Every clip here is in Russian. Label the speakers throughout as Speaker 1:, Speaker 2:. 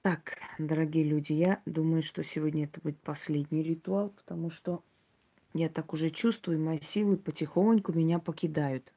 Speaker 1: Так, дорогие люди, я думаю, что сегодня это будет последний ритуал, потому что я так уже чувствую, мои силы потихоньку меня покидают.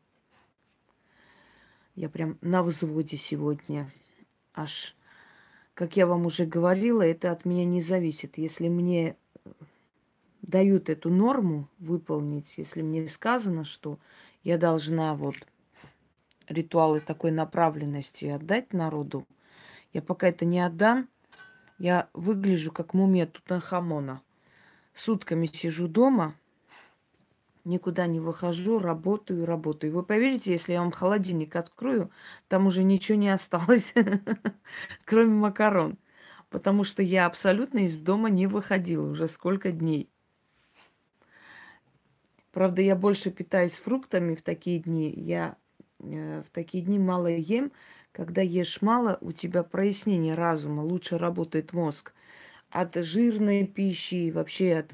Speaker 1: Я прям на взводе сегодня. Аж, как я вам уже говорила, это от меня не зависит. Если мне дают эту норму выполнить, если мне сказано, что я должна вот ритуалы такой направленности отдать народу, я пока это не отдам, я выгляжу как мумия Тутанхамона. Сутками сижу дома, никуда не выхожу, работаю, работаю. Вы поверите, если я вам холодильник открою, там уже ничего не осталось, кроме макарон. Потому что я абсолютно из дома не выходила уже сколько дней. Правда, я больше питаюсь фруктами в такие дни. Я в такие дни мало ем. Когда ешь мало, у тебя прояснение разума, лучше работает мозг. От жирной пищи, вообще от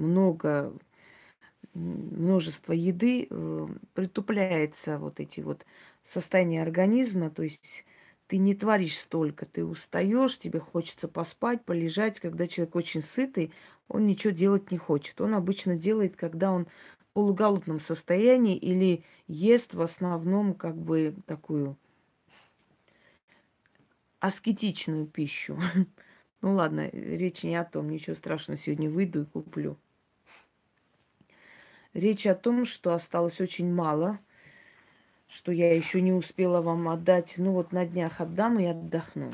Speaker 1: множество еды притупляется вот эти вот состояния организма, то есть ты не творишь столько, ты устаешь, тебе хочется поспать, полежать. Когда человек очень сытый, он ничего делать не хочет. Он обычно делает, когда он в полуголодном состоянии или ест в основном как бы такую аскетичную пищу. Ну ладно, речь не о том, ничего страшного, сегодня выйду и куплю. Речь о том, что осталось очень мало, что я еще не успела вам отдать. Ну вот на днях отдам и отдохну.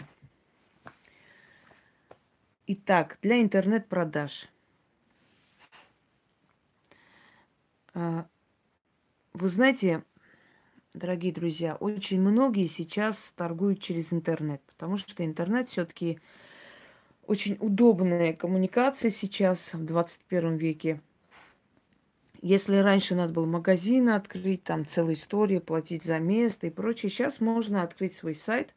Speaker 1: Итак, для интернет-продаж. А, Вы знаете, дорогие друзья, очень многие сейчас торгуют через интернет, потому что интернет все-таки очень удобная коммуникация сейчас в 21 веке. Если раньше надо было магазин открыть, там целая история, платить за место и прочее, сейчас можно открыть свой сайт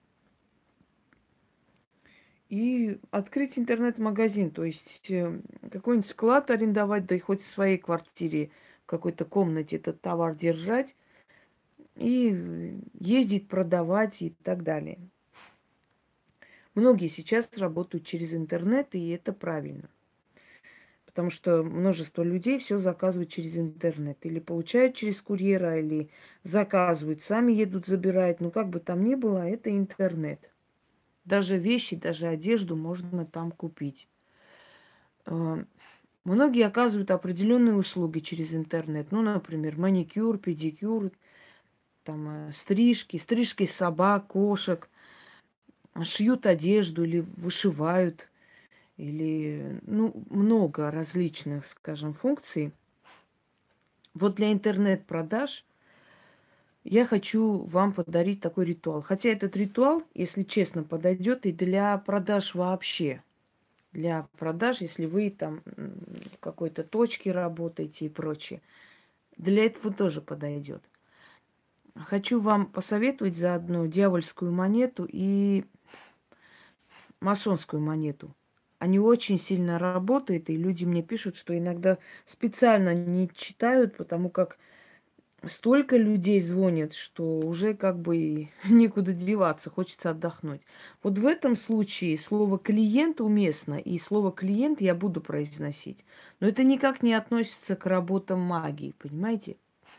Speaker 1: и открыть интернет-магазин, то есть какой-нибудь склад арендовать, да и хоть в своей квартире, в какой-то комнате этот товар держать и ездить, продавать и так далее. Многие сейчас работают через интернет, и это правильно. Потому что множество людей все заказывают через интернет. Или получают через курьера, или заказывают, сами едут, забирают. Ну, как бы там ни было, это интернет. Даже вещи, даже одежду можно там купить. А, Многие оказывают определенные услуги через интернет. Ну, например, маникюр, педикюр, там, стрижки собак, кошек, шьют одежду или вышивают, или, ну, много различных, скажем, функций. Вот для интернет-продаж я хочу вам подарить такой ритуал. Хотя этот ритуал, если честно, подойдет и для продаж вообще. Для продаж, если вы там в какой-то точке работаете и прочее. Для этого тоже подойдет. Хочу вам посоветовать заодно дьявольскую монету и масонскую монету. Они очень сильно работают, и люди мне пишут, что иногда специально не читают, потому как столько людей звонят, что уже как бы и некуда деваться, хочется отдохнуть. Вот в этом случае слово клиент уместно, и слово клиент я буду произносить. Но это никак не относится к работам магии, понимаете?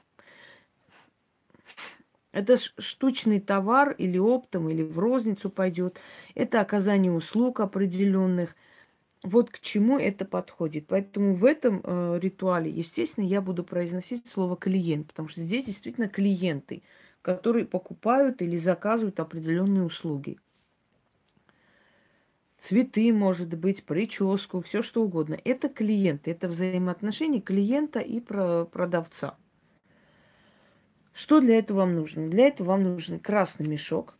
Speaker 1: Это штучный товар или оптом, или в розницу пойдет. Это оказание услуг определенных. Вот к чему это подходит. Поэтому в этом ритуале, естественно, я буду произносить слово клиент, потому что здесь действительно клиенты, которые покупают или заказывают определенные услуги. Цветы, может быть, прическу, все что угодно. Это клиенты, это взаимоотношения клиента и продавца. Что для этого вам нужно? Для этого вам нужен красный мешок,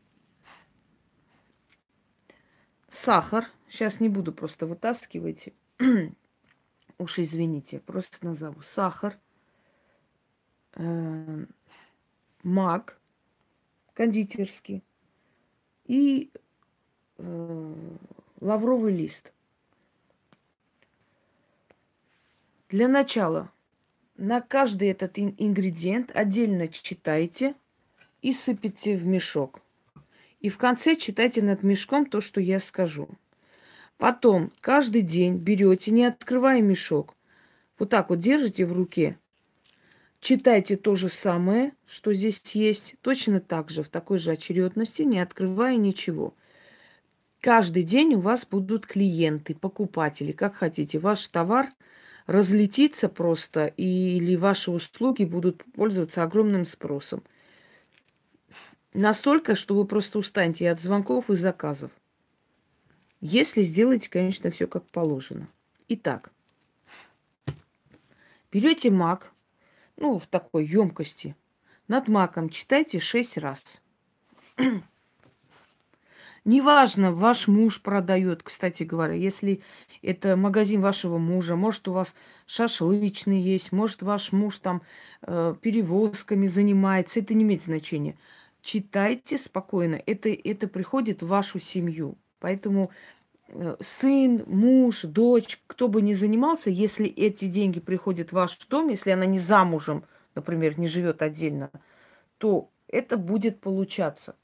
Speaker 1: сахар. Сейчас не буду просто вытаскивать. Уж извините, просто назову. Сахар, э, мак кондитерский и лавровый лист. Для начала на каждый этот ингредиент отдельно читайте и сыпите в мешок. И в конце читайте над мешком то, что я скажу. Потом каждый день берете, не открывая мешок, вот так вот держите в руке, читайте то же самое, что здесь есть, точно так же, в такой же очередности, не открывая ничего. Каждый день у вас будут клиенты, покупатели, как хотите. Ваш товар разлетится просто, или ваши услуги будут пользоваться огромным спросом. Настолько, что вы просто устанете от звонков и заказов. Если сделаете, конечно, все как положено. Итак, берете мак, ну, в такой емкости. Над маком читайте 6 раз. Неважно, ваш муж продает, кстати говоря, если это магазин вашего мужа, может, у вас шашлычный есть, может, ваш муж там перевозками занимается, это не имеет значения. Читайте спокойно, это приходит в вашу семью. Поэтому сын, муж, дочь, кто бы ни занимался, если эти деньги приходят в ваш дом, если она не замужем, например, не живет отдельно, то это будет получаться.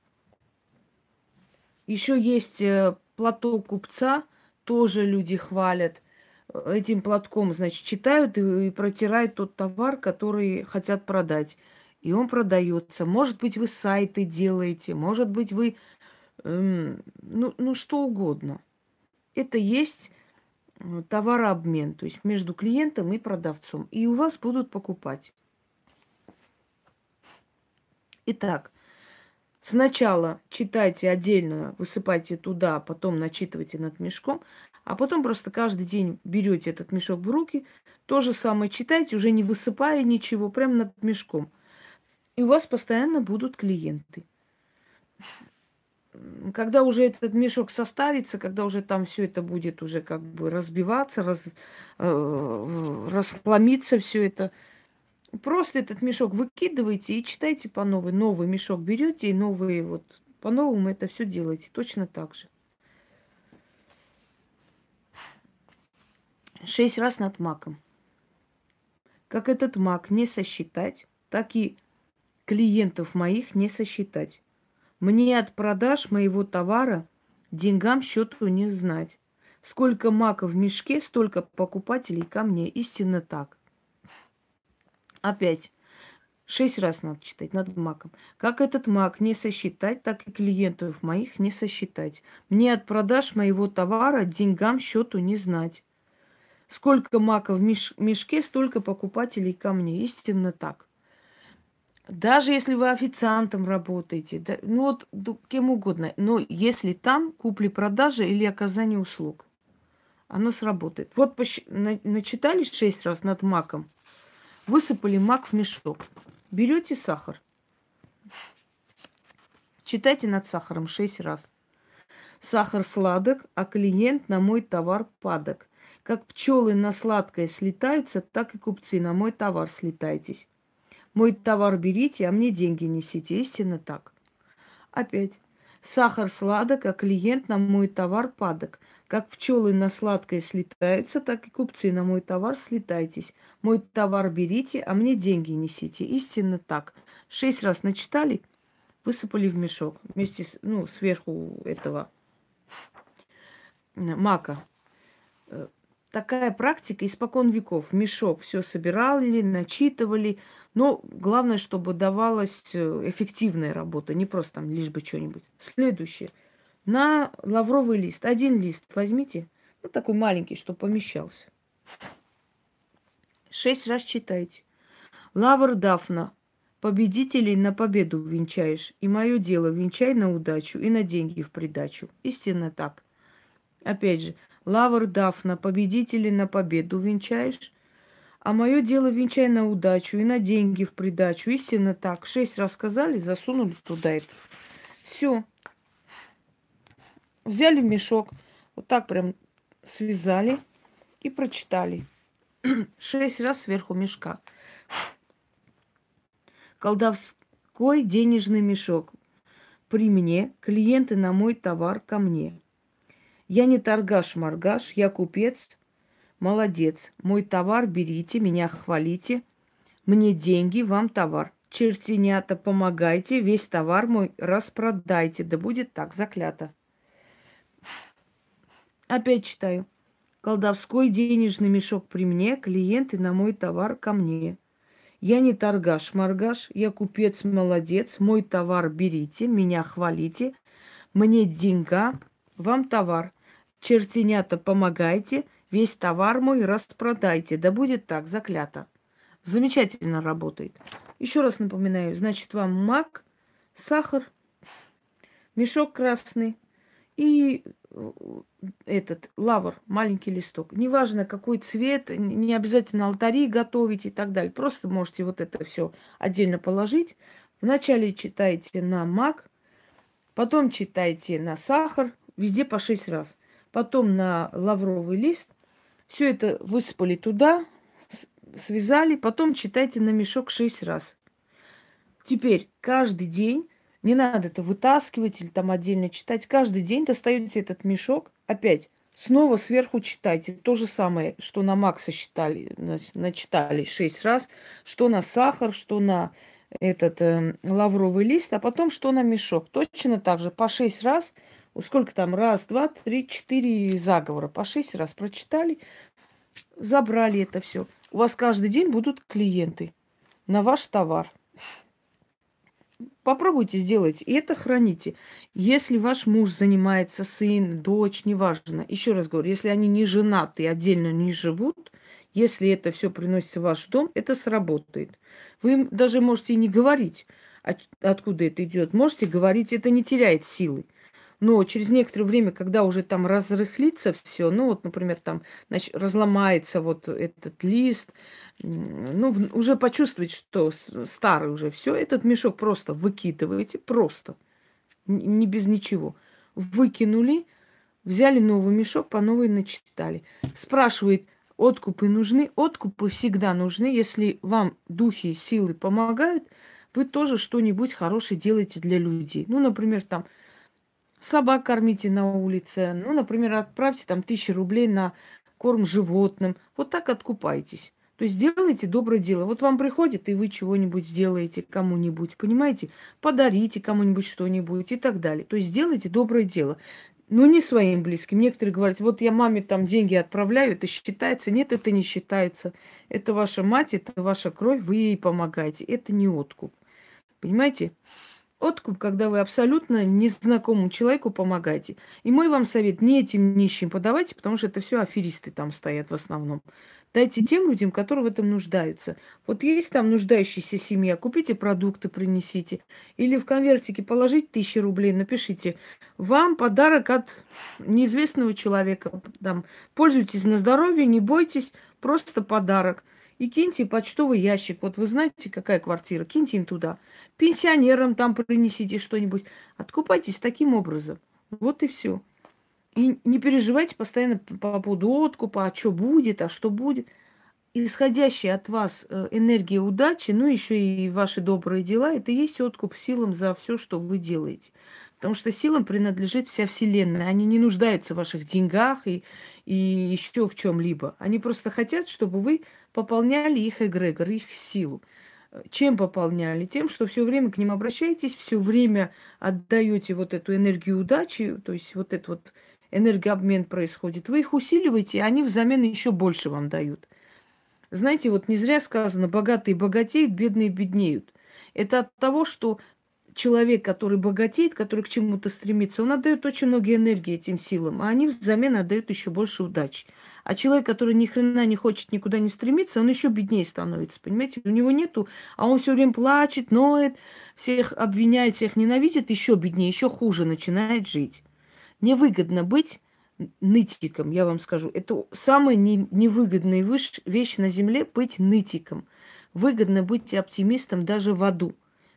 Speaker 1: Еще есть платок купца, тоже люди хвалят. Этим платком, значит, читают и протирают тот товар, который хотят продать. И он продается. Может быть, вы сайты делаете, может быть, вы ну что угодно. Это есть товарообмен, то есть между клиентом и продавцом. И у вас будут покупать. Итак, сначала читайте отдельно, высыпайте туда, потом начитывайте над мешком, а потом просто каждый день берете этот мешок в руки, то же самое читайте, уже не высыпая ничего, прямо над мешком. И у вас постоянно будут клиенты. Когда уже этот мешок состарится, когда уже там все это будет уже как бы разбиваться, расхламиться все это, просто этот мешок выкидываете и читайте по новой. Новый мешок берете и новые вот по-новому это все делаете. Точно так же. 6 раз над маком. Как этот мак не сосчитать, так и клиентов моих не сосчитать. Мне от продаж моего товара деньгам счету не знать. Сколько мака в мешке, столько покупателей ко мне. Истинно так. Опять. 6 раз надо читать над маком. Как этот мак не сосчитать, так и клиентов моих не сосчитать. Мне от продаж моего товара деньгам счету не знать. Сколько мака в мешке, столько покупателей ко мне. Истинно так. Даже если вы официантом работаете, да, ну вот кем угодно, но если там купли-продажи или оказание услуг, оно сработает. Вот начитали 6 раз над маком, высыпали мак в мешок. Берете сахар, читайте над сахаром 6 раз. Сахар сладок, а клиент на мой товар падок. Как пчелы на сладкое слетаются, так и купцы на мой товар слетайтесь. Мой товар берите, а мне деньги несите. Истинно так. Опять. Сахар сладок, а клиент на мой товар падок. Как пчелы на сладкое слетаются, так и купцы на мой товар слетайтесь. Мой товар берите, а мне деньги несите. Истинно так. 6 раз начитали, высыпали в мешок вместе с, сверху этого мака. Такая практика испокон веков. Мешок все собирали, начитывали. Но главное, чтобы давалась эффективная работа, не просто там лишь бы что-нибудь. Следующее. На лавровый лист. 1 лист возьмите. Ну, такой маленький, чтобы помещался. 6 раз читайте. Лавр Дафна. Победителей на победу венчаешь. И мое дело венчай на удачу и на деньги в придачу. Истинно так. Опять же. Лавр Дафна, победителей на победу венчаешь, а мое дело венчай на удачу и на деньги в придачу. Истинно так. 6 раз сказали, засунули туда это. Все. Взяли в мешок, вот так прям связали и прочитали. 6 раз сверху мешка. Колдовской денежный мешок. При мне клиенты на мой товар ко мне. Я не торгаш-маргаш, я купец, молодец. Мой товар берите, меня хвалите. Мне деньги, вам товар. чертенята, помогайте, весь товар мой распродайте. Да будет так, заклято. Опять читаю. Колдовской денежный мешок при мне, клиенты на мой товар ко мне. Я не торгаш-моргаш, я купец молодец, мой товар берите, меня хвалите, мне деньга, вам товар. Чертенята, помогайте, весь товар мой распродайте. Да будет так, заклято. Замечательно работает. Еще раз напоминаю, значит, вам мак, сахар, мешок красный и этот лавр, маленький листок. Неважно, какой цвет, не обязательно алтари готовить и так далее. Просто можете вот это все отдельно положить. Вначале читайте на мак, потом читайте на сахар, везде по 6 раз. Потом на лавровый лист. Все это высыпали туда, связали, потом читайте на мешок 6 раз. Теперь каждый день, не надо это вытаскивать или там отдельно читать, каждый день достаете этот мешок, опять снова сверху читайте. То же самое, что на Макса считали, начитали 6 раз, что на сахар, что на этот лавровый лист, а потом что на мешок. Точно так же по 6 раз, сколько там, раз, два, три, 4 заговора, по 6 раз прочитали, забрали это все. У вас каждый день будут клиенты на ваш товар. Попробуйте сделать, и это храните. Если ваш муж занимается, сын, дочь, неважно, еще раз говорю, если они не женаты и отдельно не живут, если это все приносится в ваш дом, это сработает. Вы им даже можете и не говорить, откуда это идет. Можете говорить, это не теряет силы. Но через некоторое время, когда уже там разрыхлится все, ну вот, например, там разломается вот этот лист, ну, уже почувствуете, что старый уже все, этот мешок просто выкидываете, просто, не без ничего. Выкинули, взяли новый мешок, по новой начитали. Спрашивает, откупы нужны? Откупы всегда нужны. Если вам духи, силы помогают, вы тоже что-нибудь хорошее делаете для людей. Ну, например, там, собак кормите на улице. Ну, например, отправьте там 1000 рублей на корм животным. Вот так откупайтесь. То есть делайте доброе дело. Вот вам приходит, и вы чего-нибудь сделаете кому-нибудь, понимаете? Подарите кому-нибудь что-нибудь и так далее. То есть сделайте доброе дело. Но не своим близким. Некоторые говорят, вот я маме там деньги отправляю, это считается. Нет, это не считается. Это ваша мать, это ваша кровь, вы ей помогаете. Это не откуп. Понимаете? Откуп, когда вы абсолютно незнакомому человеку помогаете. И мой вам совет, не этим нищим подавайте, потому что это все аферисты там стоят в основном. Дайте тем людям, которые в этом нуждаются. Вот есть там нуждающаяся семья, купите продукты, принесите. Или в конвертике положите 1000 рублей, напишите. Вам подарок от неизвестного человека. Там, пользуйтесь на здоровье, не бойтесь, просто подарок. И киньте почтовый ящик. Вот вы знаете, какая квартира, киньте им туда. Пенсионерам там принесите что-нибудь. Откупайтесь таким образом. Вот и все. И не переживайте постоянно по поводу откупа, а что будет, а что будет. Исходящая от вас энергия удачи, ну еще и ваши добрые дела, это и есть откуп силам за все, что вы делаете. Потому что силам принадлежит вся Вселенная. Они не нуждаются в ваших деньгах и еще в чем-либо. Они просто хотят, чтобы вы пополняли их эгрегор, их силу. Чем пополняли? Тем, что все время к ним обращаетесь, все время отдаете вот эту энергию удачи, то есть вот этот вот энергообмен происходит. Вы их усиливаете, и они взамен еще больше вам дают. Знаете, вот не зря сказано, богатые богатеют, бедные беднеют. Это от того, что человек, который богатеет, который к чему-то стремится, он отдает очень много энергии этим силам, а они взамен отдают еще больше удачи. А человек, который ни хрена не хочет никуда не стремиться, он еще беднее становится, понимаете? У него нету, а он все время плачет, ноет, всех обвиняет, всех ненавидит, еще беднее, еще хуже начинает жить. Невыгодно быть нытиком, я вам скажу. Это самая невыгодная вещь на земле — быть нытиком. Выгодно быть оптимистом даже в аду.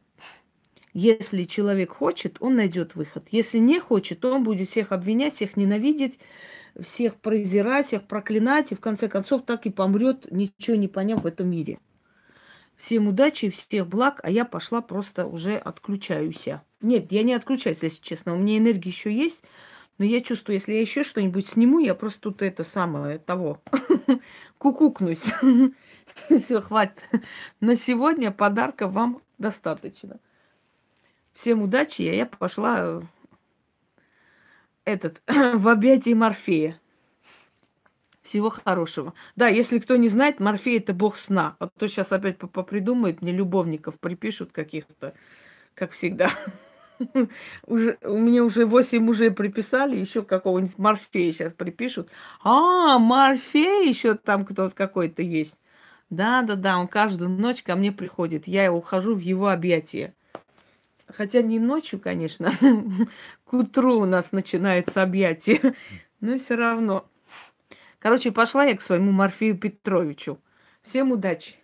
Speaker 1: Если человек хочет, он найдет выход. Если не хочет, то он будет всех обвинять, всех ненавидеть, всех презирать, всех проклинать, и в конце концов так и помрет, ничего не поняв в этом мире. Всем удачи, всех благ, а я пошла просто уже отключаюсь. Нет, я не отключаюсь, если честно. У меня энергия еще есть, но я чувствую, если я еще что-нибудь сниму, я просто тут это самое того кукукнусь. Все, хватит. На сегодня подарка вам достаточно. Всем удачи, а я пошла в объятии Морфея. Всего хорошего. Да, если кто не знает, Морфей это бог сна. А то сейчас опять попридумают, мне любовников припишут каких-то, как всегда. Уже, мне уже 8 мужей приписали, еще какого-нибудь Морфея сейчас припишут. А, Морфей еще там кто-то какой-то есть. Да, он каждую ночь ко мне приходит. Я ухожу в его объятия. Хотя не ночью, конечно. К утру у нас начинается объятие. Но все равно. Короче, пошла я к своему Морфею Петровичу. Всем удачи!